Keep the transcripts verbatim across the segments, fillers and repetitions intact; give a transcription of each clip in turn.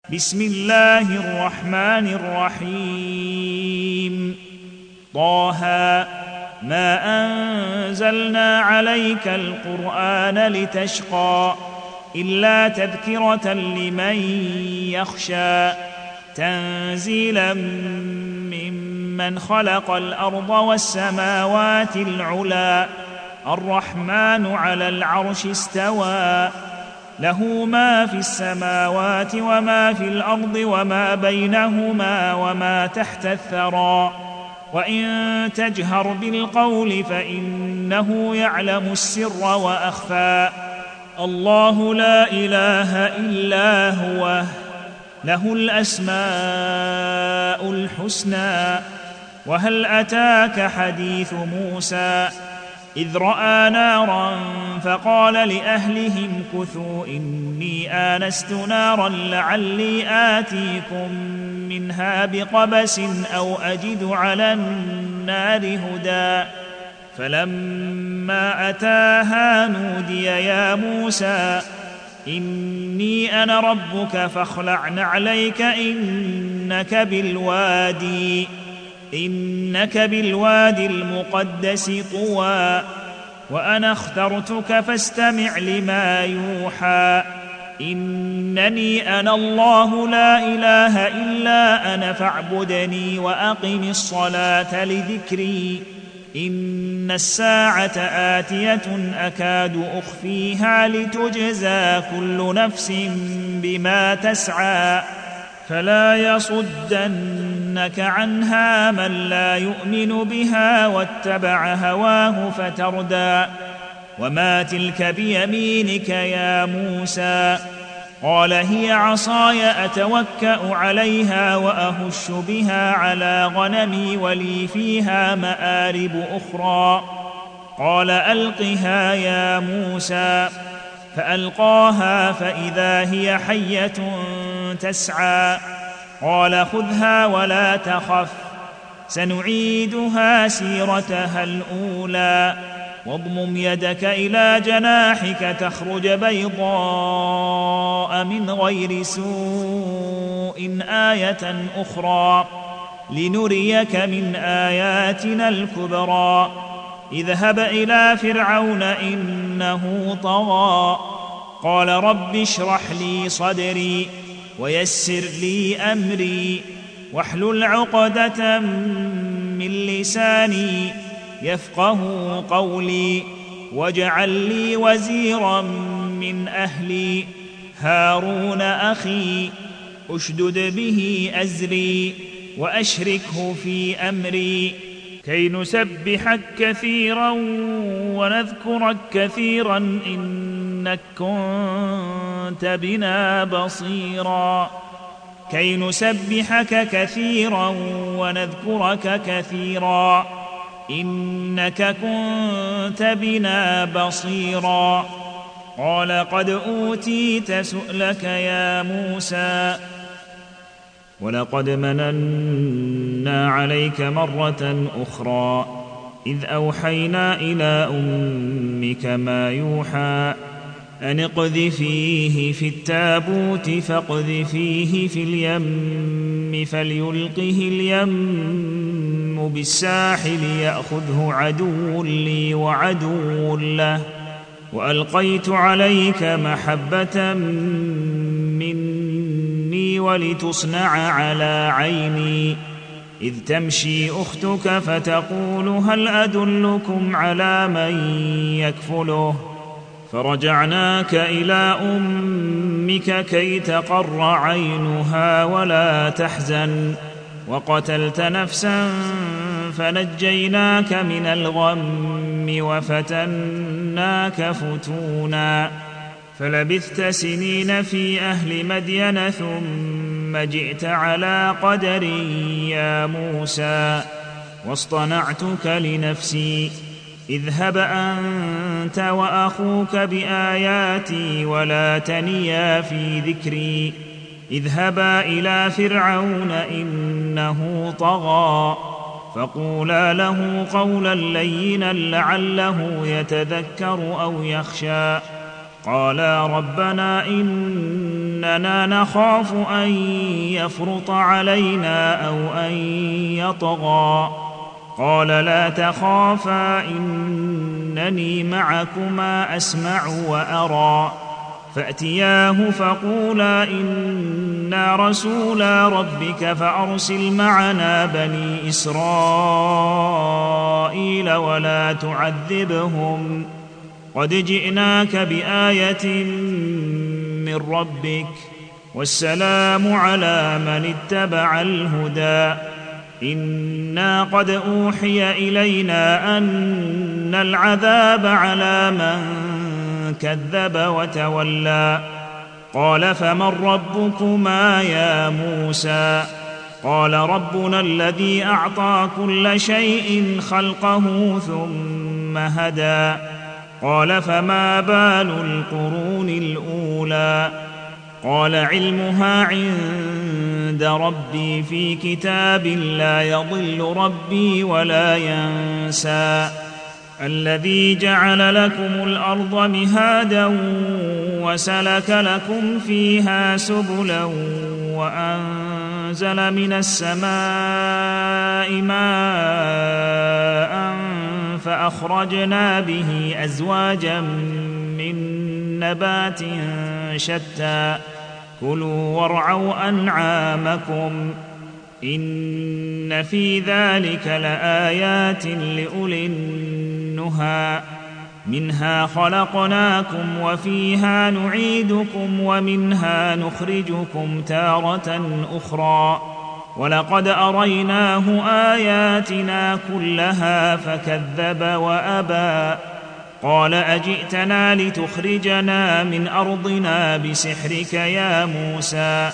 بسم الله الرحمن الرحيم طه ما أنزلنا عليك القرآن لتشقى إلا تذكرة لمن يخشى تنزيلا ممن خلق الأرض والسماوات العلى الرحمن على العرش استوى له ما في السماوات وما في الأرض وما بينهما وما تحت الثرى وإن تجهر بالقول فإنه يعلم السر وأخفى الله لا إله إلا هو له الأسماء الحسنى وهل أتاك حديث موسى إذ رأى نارا فقال لأهلهم كثوا إني آنست نارا لعلي آتيكم منها بقبس أو أجد على النار هدى فلما أتاها نودي يا موسى إني أنا ربك فاخلع نعليك إنك بالوادي إنك بالوادي المقدس طوى وأنا اخترتك فاستمع لما يوحى إنني أنا الله لا إله إلا أنا فاعبدني وأقم الصلاة لذكري إن الساعة آتية أكاد أخفيها لتجزى كل نفس بما تسعى فلا يصدنك عنها من لا يؤمن بها واتبع هواه فتردى وما تلك بيمينك يا موسى قال هي عصاي أتوكأ عليها وأهش بها على غنمي ولي فيها مآرب أخرى قال ألقها يا موسى فألقاها فإذا هي حية تسعى قال خذها ولا تخف سنعيدها سيرتها الأولى واضمم يدك إلى جناحك تخرج بيضاء من غير سوء آية أخرى لنريك من آياتنا الكبرى اذهب إلى فرعون إنه طغى قال رب اشرح لي صدري ويسر لي أمري واحلل عقدة من لساني يفقه قولي واجعل لي وزيرا من أهلي هارون أخي أشدد به أزري وأشركه في أمري كي نسبحك كثيرا ونذكرك كثيرا إنك كنت بنا بصيرا كي نسبحك كثيرا ونذكرك كثيرا إنك كنت بنا بصيرا قال قد أوتيت سؤلك يا موسى ولقد مننا عليك مرة أخرى إذ أوحينا إلى أمك ما يوحى أن اقذفيه في التابوت فاقذفيه في اليم فليلقه اليم بالساحل يأخذه عدو لي وعدو له وألقيت عليك محبة مني ولتصنع على عيني إذ تمشي أختك فتقول هل أدلكم على من يكفله فرجعناك إلى أمك كي تقر عينها ولا تحزن وقتلت نفسا فنجيناك من الغم وفتناك فتونا فلبثت سنين في أهل مدين ثم جئت على قدر يا موسى واصطنعتك لنفسي اذهب أنت وأخوك بآياتي ولا تنيا في ذكري اذهبا إلى فرعون إنه طغى فقولا له قولا لينا لعله يتذكر أو يخشى قالا ربنا إننا إننا نخاف أن يفرط علينا أو أن يطغى. قال لا تخافا إنني معكما أسمع وأرى. فأتياه فقولا إنا رسولا ربك فأرسل معنا بني إسرائيل ولا تعذبهم قد جئناك بآية من ربك والسلام على من اتبع الهدى. إنا قد أوحي إلينا أن العذاب على من كذب وتولى. قال فمن ربكما يا موسى؟ قال ربنا الذي أعطى كل شيء خلقه ثم هدى. قال فما بال القرون الأولى؟ قال علمها عند ربي في كتاب لا يضل ربي ولا ينسى. الذي جعل لكم الأرض مهادا وسلك لكم فيها سبلا وأنزل من السماء ماء فأخرجنا به أزواجا من نبات شتى كلوا وارعوا أنعامكم إن في ذلك لآيات لأولي النهى. منها خلقناكم وفيها نعيدكم ومنها نخرجكم تارة أخرى. ولقد أريناه آياتنا كلها فكذب وأبى. قال أجئتنا لتخرجنا من أرضنا بسحرك يا موسى؟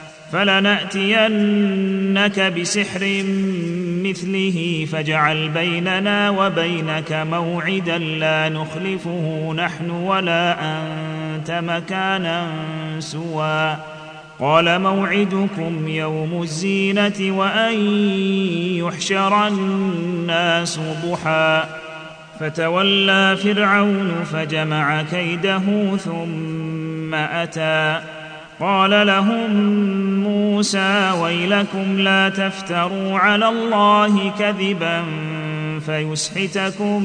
فلنأتينك بسحر مثله فاجعل بيننا وبينك موعدا لا نخلفه نحن ولا أنت مكانا سوى. قال موعدكم يوم الزينة وأن يحشر الناس ضحى. فتولى فرعون فجمع كيده ثم أتى. قال لهم موسى ويلكم لا تفتروا على الله كذبا فيسحتكم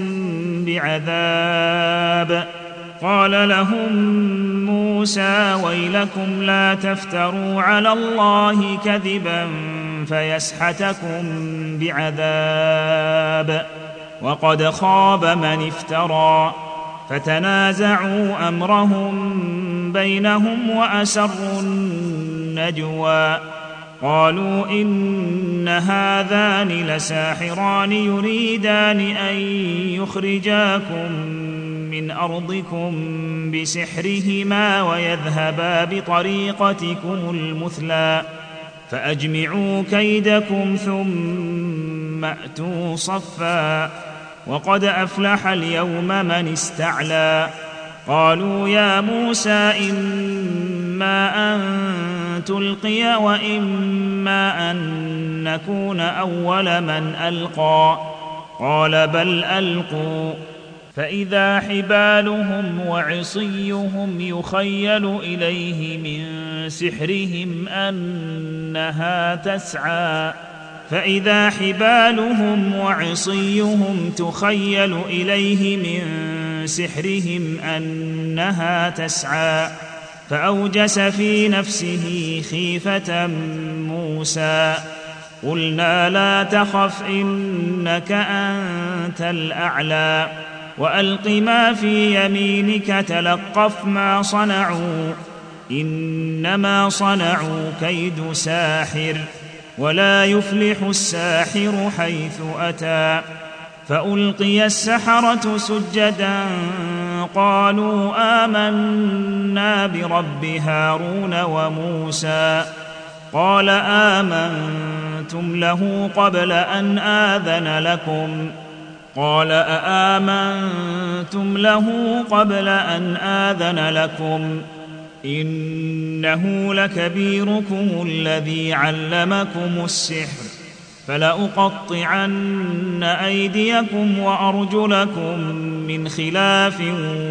بعذاب. قال لهم موسى ويلكم لا تفتروا على الله كذبا فيسحتكم بعذاب وقد خاب من افترى. فتنازعوا أمرهم بينهم وأسروا النجوى. قالوا إن هذان لساحران يريدان أن يخرجاكم من أرضكم بسحرهما ويذهبا بطريقتكم المثلى فأجمعوا كيدكم ثم أتوا صفا وقد أفلح اليوم من استعلى. قالوا يا موسى إما أن تلقي وإما أن نكون أول من ألقى. قال بل ألقوا فإذا حبالهم وعصيهم يخيل إليه من سحرهم أنها تسعى فإذا حبالهم وعصيهم تخيل إليه من سحرهم أنها تسعى فأوجس في نفسه خيفة موسى. قلنا لا تخف إنك أنت الأعلى وألق ما في يمينك تلقف ما صنعوا إنما صنعوا كيد ساحر ولا يفلح الساحر حيث أتى. فألقي السحرة سجدا قالوا آمنا برب هارون وموسى. قال آمنتم له قبل أن آذن لكم قال أآمنتم له قبل أن آذن لكم إنه لكبيركم الذي علمكم السحر فلأقطعن أيديكم وأرجلكم من خلاف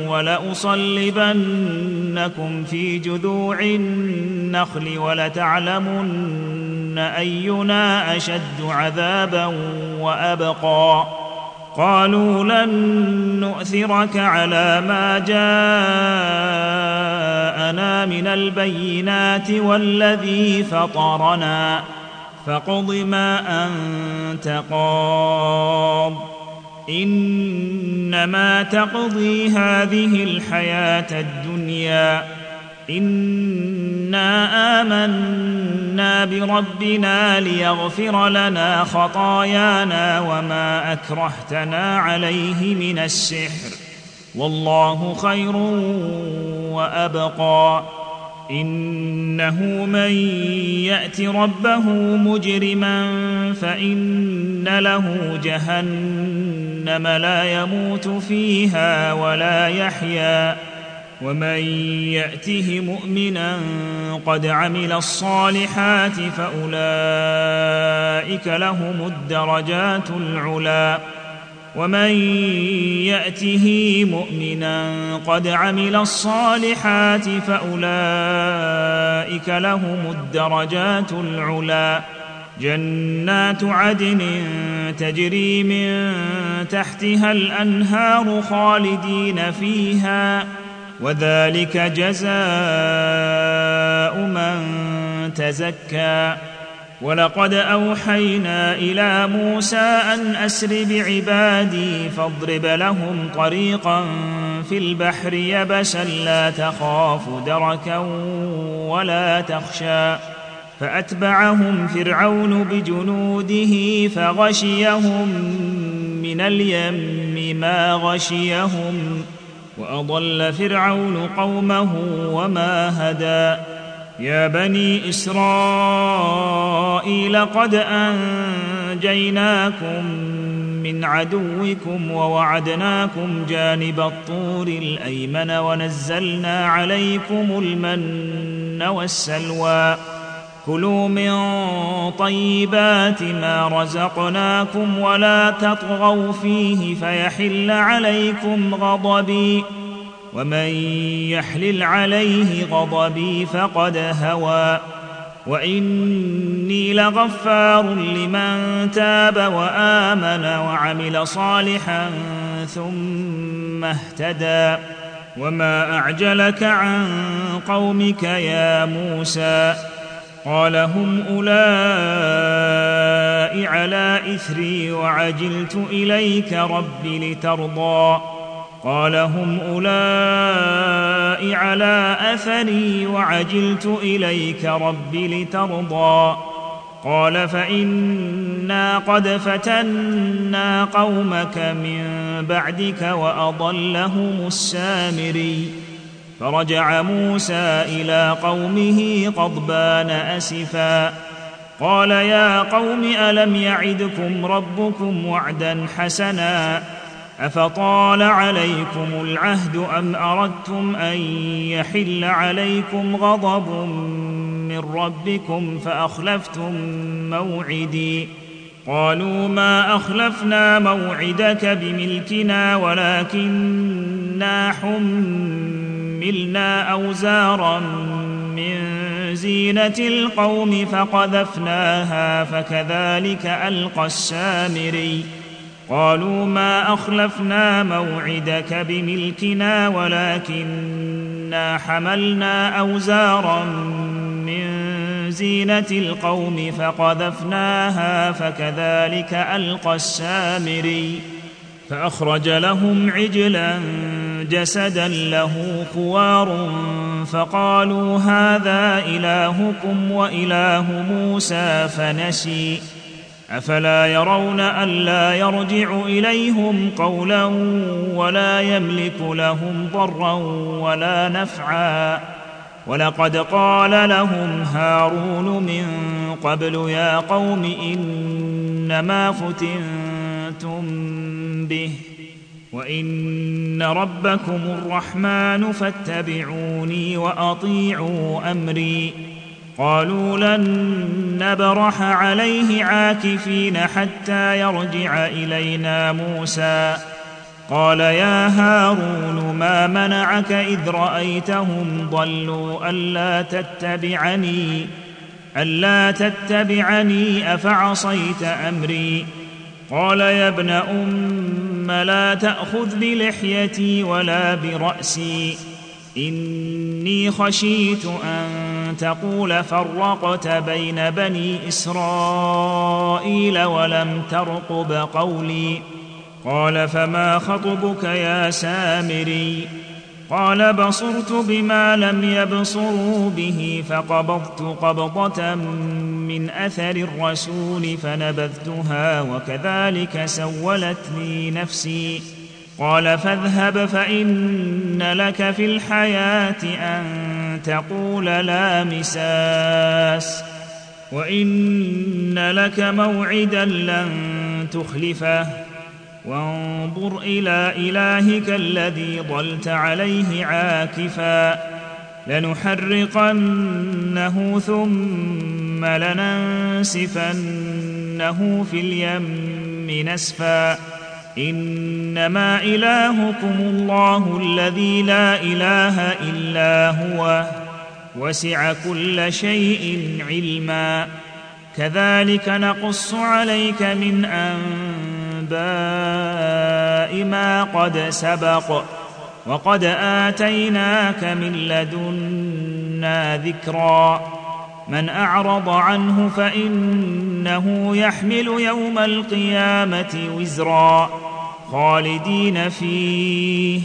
ولأصلبنكم في جذوع النخل ولتعلمن أينا أشد عذابا وأبقى قالوا لن نؤثرك على ما جاءنا من البينات والذي فطرنا فاقض ما أنت قاض إنما تقضي هذه الحياة الدنيا إنا آمنا بربنا ليغفر لنا خطايانا وما أكرهتنا عليه من السحر والله خير وأبقى إنه من يأت ربه مجرما فإن له جهنم لا يموت فيها ولا يحيا ومن يأته مؤمنا قد عمل الصالحات فأولئك لهم الدرجات العلى ومن يأته مؤمنا قد عمل الصالحات فأولئك لهم الدرجات العلى جنات عدن تجري من تحتها الأنهار خالدين فيها وذلك جزاء من تزكى ولقد أوحينا إلى موسى أن أسر بعبادي فاضرب لهم طريقا في البحر يبسا لا تخاف دركا ولا تخشى فأتبعهم فرعون بجنوده فغشيهم من اليم ما غشيهم وأضل فرعون قومه وما هدى يا بني إسرائيل قد أنجيناكم من عدوكم ووعدناكم جانب الطور الأيمن ونزلنا عليكم المن والسلوى كلوا من طيبات ما رزقناكم ولا تطغوا فيه فيحل عليكم غضبي ومن يحلل عليه غضبي فقد هوى وإني لغفار لمن تاب وآمن وعمل صالحا ثم اهتدى وما أعجلك عن قومك يا موسى قال هم أولئك على إثري وعجلت إليك رب لترضى قال هم أولئك على أثري وعجلت إليك رب لترضى قال فإنا قد فتنا قومك من بعدك وأضلهم السامري فرجع موسى إلى قومه غضبان أسفا قال يا قوم ألم يعدكم ربكم وعدا حسنا أفطال عليكم العهد أم أردتم أن يحل عليكم غضب من ربكم فأخلفتم موعدي قالوا ما أخلفنا موعدك بملكنا ولكننا حملنا أوزارا من زينة القوم فقذفناها فكذلك ألقى السامري قالوا ما أخلفنا موعدك بملكنا ولكننا حملنا أوزارا من زينة القوم فقذفناها فكذلك ألقى السامري فأخرج لهم عجلا جسدا له خوار فقالوا هذا إلهكم وإله موسى فنسي أفلا يرون ألا يرجع إليهم قولا ولا يملك لهم ضرا ولا نفعا ولقد قال لهم هارون من قبل يا قوم إنما فتنتم به وإن ربكم الرحمن فاتبعوني وأطيعوا أمري قالوا لن نبرح عليه عاكفين حتى يرجع إلينا موسى قال يا هارون ما منعك إذ رأيتهم ضلوا ألا تتبعني ألا تتبعني أفعصيت أمري قال يا ابن أم لا تأخذ بلحيتي ولا برأسي إني خشيت أن تقول فرقت بين بني إسرائيل ولم ترقب قولي قال فما خطبك يا سامري قال بصرت بما لم يبصروا به فقبضت قبضة من أثر الرسول فنبذتها وكذلك سولت لي نفسي قال فاذهب فإن لك في الحياة أن تقول لا مساس وإن لك موعدا لن تخلفه وانظر إلى إلهك الذي ظلت عليه عاكفا لنحرقنه ثم لننسفنه في اليم نسفا إنما إلهكم الله الذي لا إله إلا هو وسع كل شيء علما كذلك نقص عليك من أنباء ما قد سبق وقد آتيناك من لدنا ذكرا من أعرض عنه فإنه يحمل يوم القيامة وزرا خالدين فيه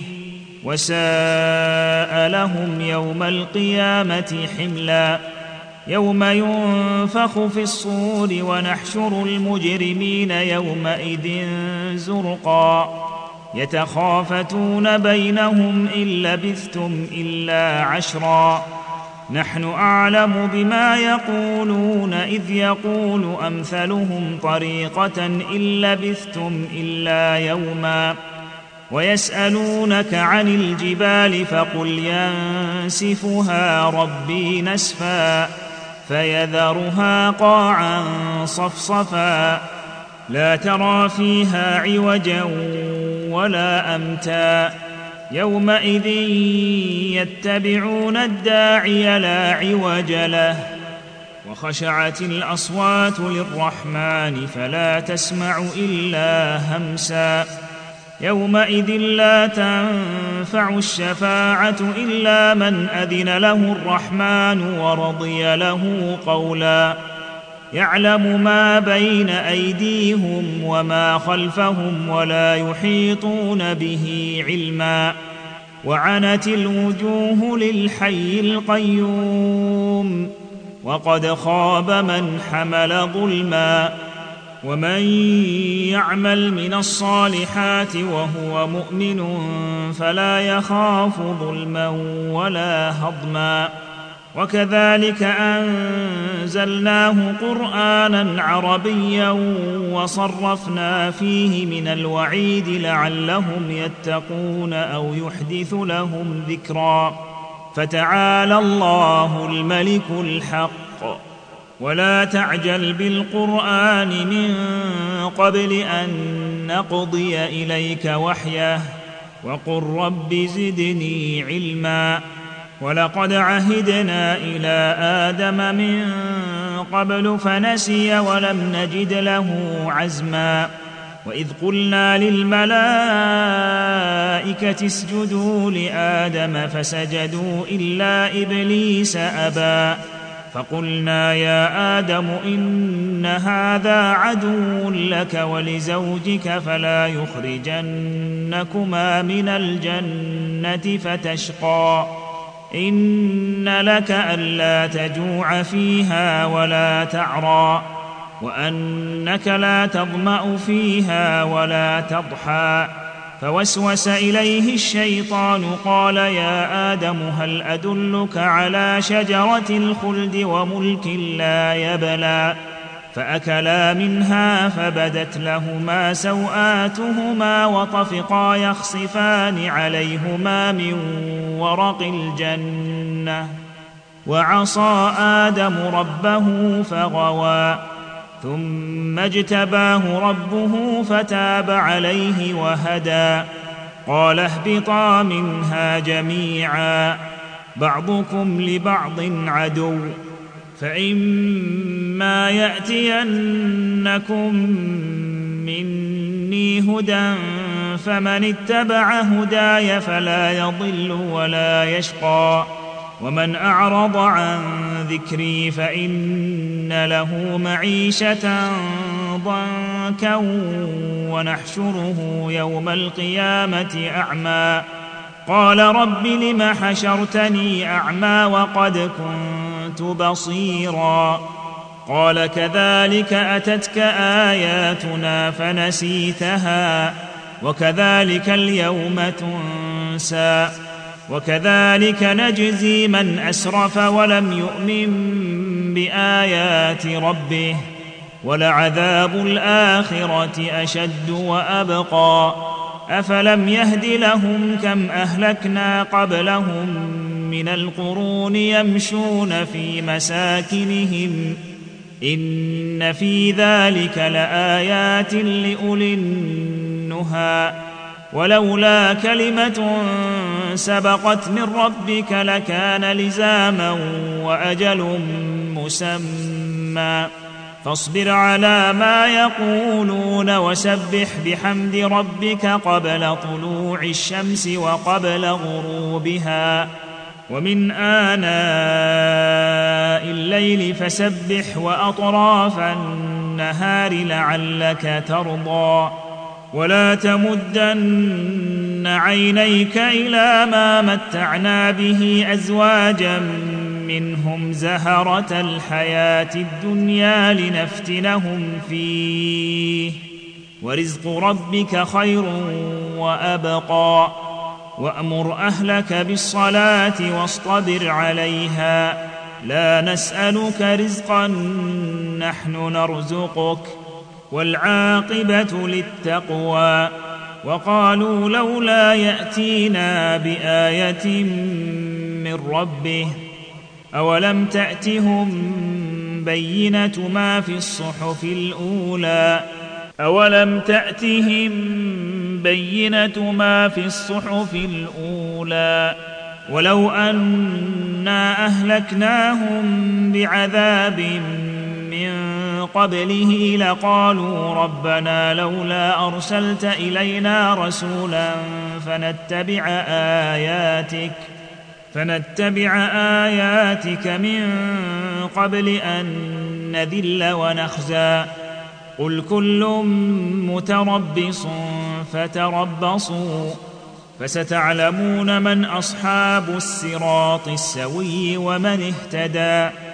وساء لهم يوم القيامة حملا يوم ينفخ في الصور ونحشر المجرمين يومئذ زرقا يتخافتون بينهم إن لبثتم إلا عشرا نحن أعلم بما يقولون إذ يقول أمثلهم طريقة إن لبثتم إلا يوما ويسألونك عن الجبال فقل ينسفها ربي نسفا فيذرها قاعا صفصفا لا ترى فيها عوجا ولا أمتا يومئذ يتبعون الداعي لا عوج له وخشعت الأصوات للرحمن فلا تسمع إلا همسا يومئذ لا تنفع الشفاعة إلا من أذن له الرحمن ورضي له قولا يعلم ما بين أيديهم وما خلفهم ولا يحيطون به علما وعنت الوجوه للحي القيوم وقد خاب من حمل ظلما ومن يعمل من الصالحات وهو مؤمن فلا يخاف ظلما ولا هضما وكذلك أنزلناه قرآنا عربيا وصرفنا فيه من الوعيد لعلهم يتقون أو يحدث لهم ذكرا فتعالى الله الملك الحق ولا تعجل بالقرآن من قبل أن نقضي إليك وحيه وقل رب زدني علما ولقد عهدنا إلى آدم من قبل فنسي ولم نجد له عزما وإذ قلنا للملائكة اسجدوا لآدم فسجدوا إلا إبليس أبى فقلنا يا آدم إن هذا عدو لك ولزوجك فلا يخرجنكما من الجنة فتشقى إن لك ألا تجوع فيها ولا تعرى وأنك لا تظمأ فيها ولا تضحى فوسوس إليه الشيطان قال يا آدم هل أدلك على شجرة الخلد وملك لا يبلى فأكلا منها فبدت لهما سوآتهما وطفقا يخصفان عليهما من ورق الجنة وعصى آدم ربه فغوى ثم اجتباه ربه فتاب عليه وهدى قال اهبطا منها جميعا بعضكم لبعض عدو فإما يأتينكم مني هدى فمن اتبع هداي فلا يضل ولا يشقى ومن أعرض عن ذكري فإن له معيشة ضنكا ونحشره يوم القيامة أعمى قال رب لم حشرتني أعمى وقد كنت بصيرا قال كذلك أتتك آياتنا فنسيتها وكذلك اليوم تنسى وكذلك نجزي من أسرف ولم يؤمن بآيات ربه ولعذاب الآخرة أشد وأبقى أفلم يهد لهم كم أهلكنا قبلهم من القرون يمشون في مساكنهم إن في ذلك لآيات لأولي النهى ولولا كلمة سبقت من ربك لكان لزاما وأجل مسمى فاصبر على ما يقولون وسبح بحمد ربك قبل طلوع الشمس وقبل غروبها ومن آناء الليل فسبح وأطراف النهار لعلك ترضى ولا تمدن عينيك إلى ما متعنا به أزواجا منهم زهرة الحياة الدنيا لنفتنهم فيه ورزق ربك خير وأبقى وأمر أهلك بالصلاة واصطبر عليها لا نسألك رزقا نحن نرزقك والعاقبة للتقوى وقالوا لولا يأتينا بآية من ربه أولم تأتهم بينة ما في الصحف الأولى أولم تأتهم بينة ما في الصحف الأولى ولو أنا أهلكناهم بعذاب من قبله لقالوا ربنا لولا أرسلت إلينا رسولا فنتبع آياتك فنتبع آياتك من قبل أن نذل ونخزى قل كل متربص فتربصوا فستعلمون من أصحاب الصراط السوي ومن اهتدى